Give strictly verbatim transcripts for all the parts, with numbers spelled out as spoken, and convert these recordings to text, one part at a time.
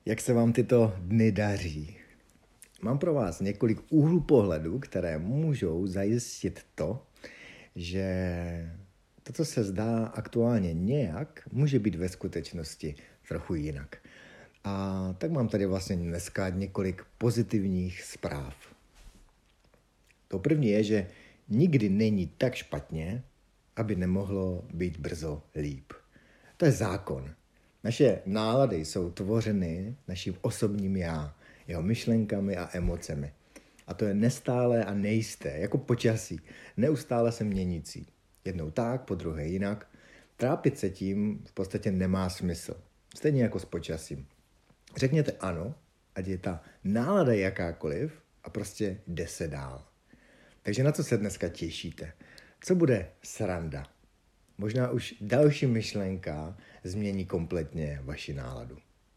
Jak se vám tyto dny daří? Mám pro vás několik úhlů pohledu, které můžou zajistit to, že to, co se zdá aktuálně nějak, může být ve skutečnosti trochu jinak. A tak mám tady vlastně dneska několik pozitivních zpráv. To první je, že nikdy není tak špatně, aby nemohlo být brzo líp. To je zákon. Naše nálady jsou tvořeny naším osobním já, jeho myšlenkami a emocemi. A to je nestálé a nejisté, jako počasí, neustále se měnící. Jednou tak, po druhé jinak. Trápit se tím v podstatě nemá smysl. Stejně jako s počasím. Řekněte ano, ať je ta nálada jakákoliv a prostě jde se dál. Takže na co se dneska těšíte? Co bude sranda? Možná už další myšlenka změní kompletně vaši náladu.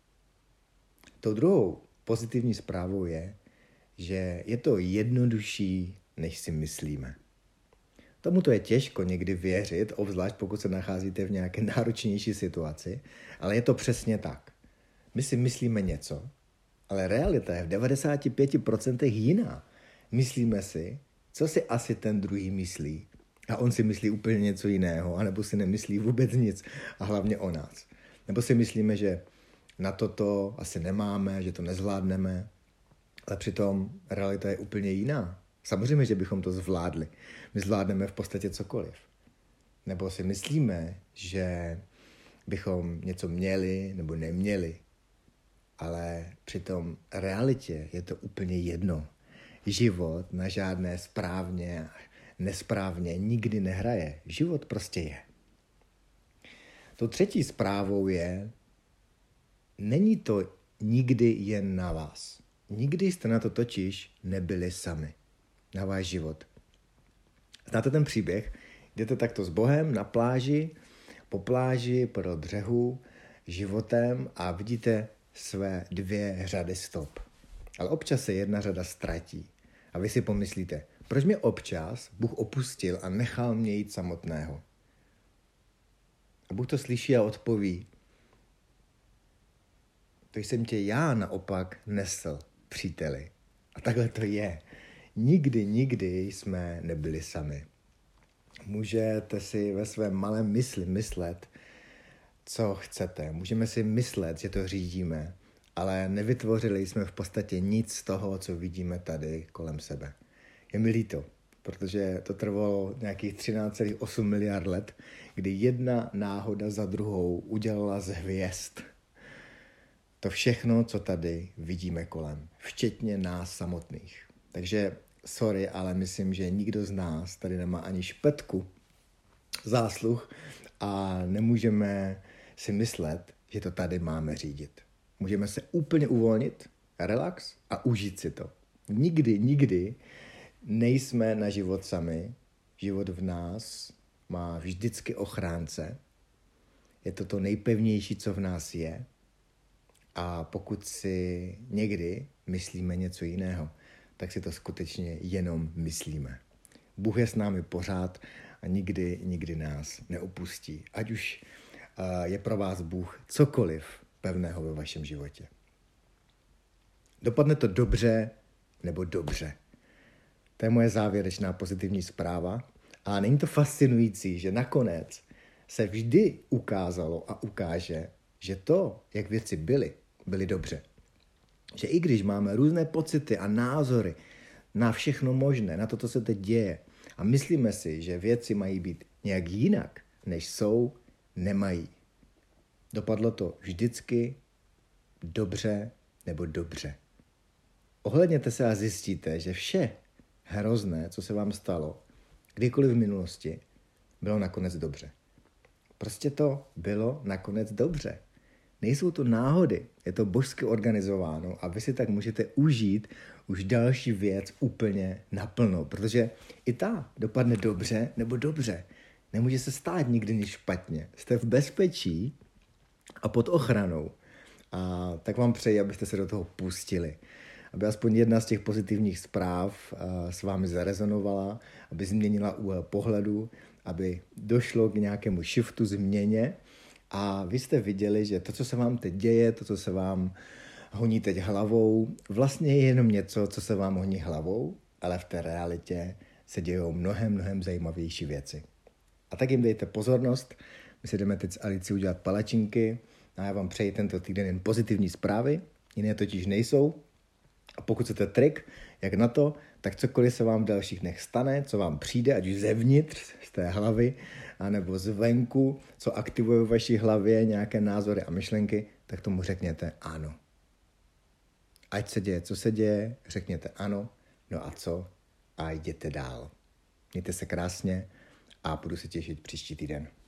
Tou druhou pozitivní zprávou je, že je to jednodušší, než si myslíme. Tomu to je těžko někdy věřit, obzvlášť pokud se nacházíte v nějaké náročnější situaci, ale je to přesně tak. My si myslíme něco, ale realita je v devadesát pět procent jiná. Myslíme si, co si asi ten druhý myslí, a on si myslí úplně něco jiného, anebo si nemyslí vůbec nic a hlavně o nás. Nebo si myslíme, že na toto asi nemáme, že to nezvládneme, ale přitom realita je úplně jiná. Samozřejmě, že bychom to zvládli. My zvládneme v podstatě cokoliv. Nebo si myslíme, že bychom něco měli nebo neměli, ale přitom realitě je to úplně jedno. Život na žádné správně nesprávně nikdy nehraje. Život prostě je. To třetí zprávou je, není to nikdy jen na vás. Nikdy jste na to totiž nebyli sami. Na váš život. Znáte ten příběh? Jdete takto s Bohem na pláži, po pláži, po břehu, životem a vidíte své dvě řady stop. Ale občas se jedna řada ztratí. A vy si pomyslíte, proč mě občas Bůh opustil a nechal mě jít samotného? A Bůh to slyší a odpoví, to jsem tě já naopak nesl, příteli. A takhle to je. Nikdy, nikdy jsme nebyli sami. Můžete si ve svém malém mysli myslet, co chcete. Můžeme si myslet, že to řídíme, ale nevytvořili jsme v podstatě nic z toho, co vidíme tady kolem sebe. Je mi líto, protože to trvalo nějakých třináct celá osm miliard let, kdy jedna náhoda za druhou udělala z hvězd to všechno, co tady vidíme kolem, včetně nás samotných. Takže sorry, ale myslím, že nikdo z nás tady nemá ani špetku zásluh a nemůžeme si myslet, že to tady máme řídit. Můžeme se úplně uvolnit, relax a užít si to. Nikdy, nikdy nejsme na život sami. Život v nás má vždycky ochránce. Je to to nejpevnější, co v nás je. A pokud si někdy myslíme něco jiného, tak si to skutečně jenom myslíme. Bůh je s námi pořád a nikdy, nikdy nás neopustí. Ať už je pro vás Bůh cokoliv pevného ve vašem životě. Dopadne to dobře nebo dobře. To je moje závěrečná pozitivní zpráva. A není to fascinující, že nakonec se vždy ukázalo a ukáže, že to, jak věci byly, byly dobře. Že i když máme různé pocity a názory na všechno možné, na to, co se teď děje, a myslíme si, že věci mají být nějak jinak, než jsou, nemají. Dopadlo to vždycky dobře nebo dobře. Ohledněte se a zjistíte, že vše hrozné, co se vám stalo, kdykoliv v minulosti, bylo nakonec dobře. Prostě to bylo nakonec dobře. Nejsou to náhody, je to božsky organizováno a vy si tak můžete užít už další věc úplně naplno, protože i ta dopadne dobře nebo dobře. Nemůže se stát nikdy nic špatně. Jste v bezpečí a pod ochranou. A tak vám přeji, abyste se do toho pustili. Aby aspoň jedna z těch pozitivních zpráv s vámi zarezonovala, aby změnila úhel pohledu, aby došlo k nějakému shiftu, změně a vy jste viděli, že to, co se vám teď děje, to, co se vám honí teď hlavou, vlastně je jenom něco, co se vám honí hlavou, ale v té realitě se dějou mnohem, mnohem zajímavější věci. A tak jim dejte pozornost, my si jdeme teď s Alicí udělat palačinky a já vám přeji tento týden jen pozitivní zprávy, jiné totiž nejsou. A pokud chcete trik, jak na to, tak cokoliv se vám v dalších dnech stane, co vám přijde, ať už zevnitř, z té hlavy, anebo zvenku, co aktivuje v vaší hlavě nějaké názory a myšlenky, tak tomu řekněte ano. Ať se děje, co se děje, řekněte ano, no a co? A jděte dál. Mějte se krásně a budu se těšit příští týden.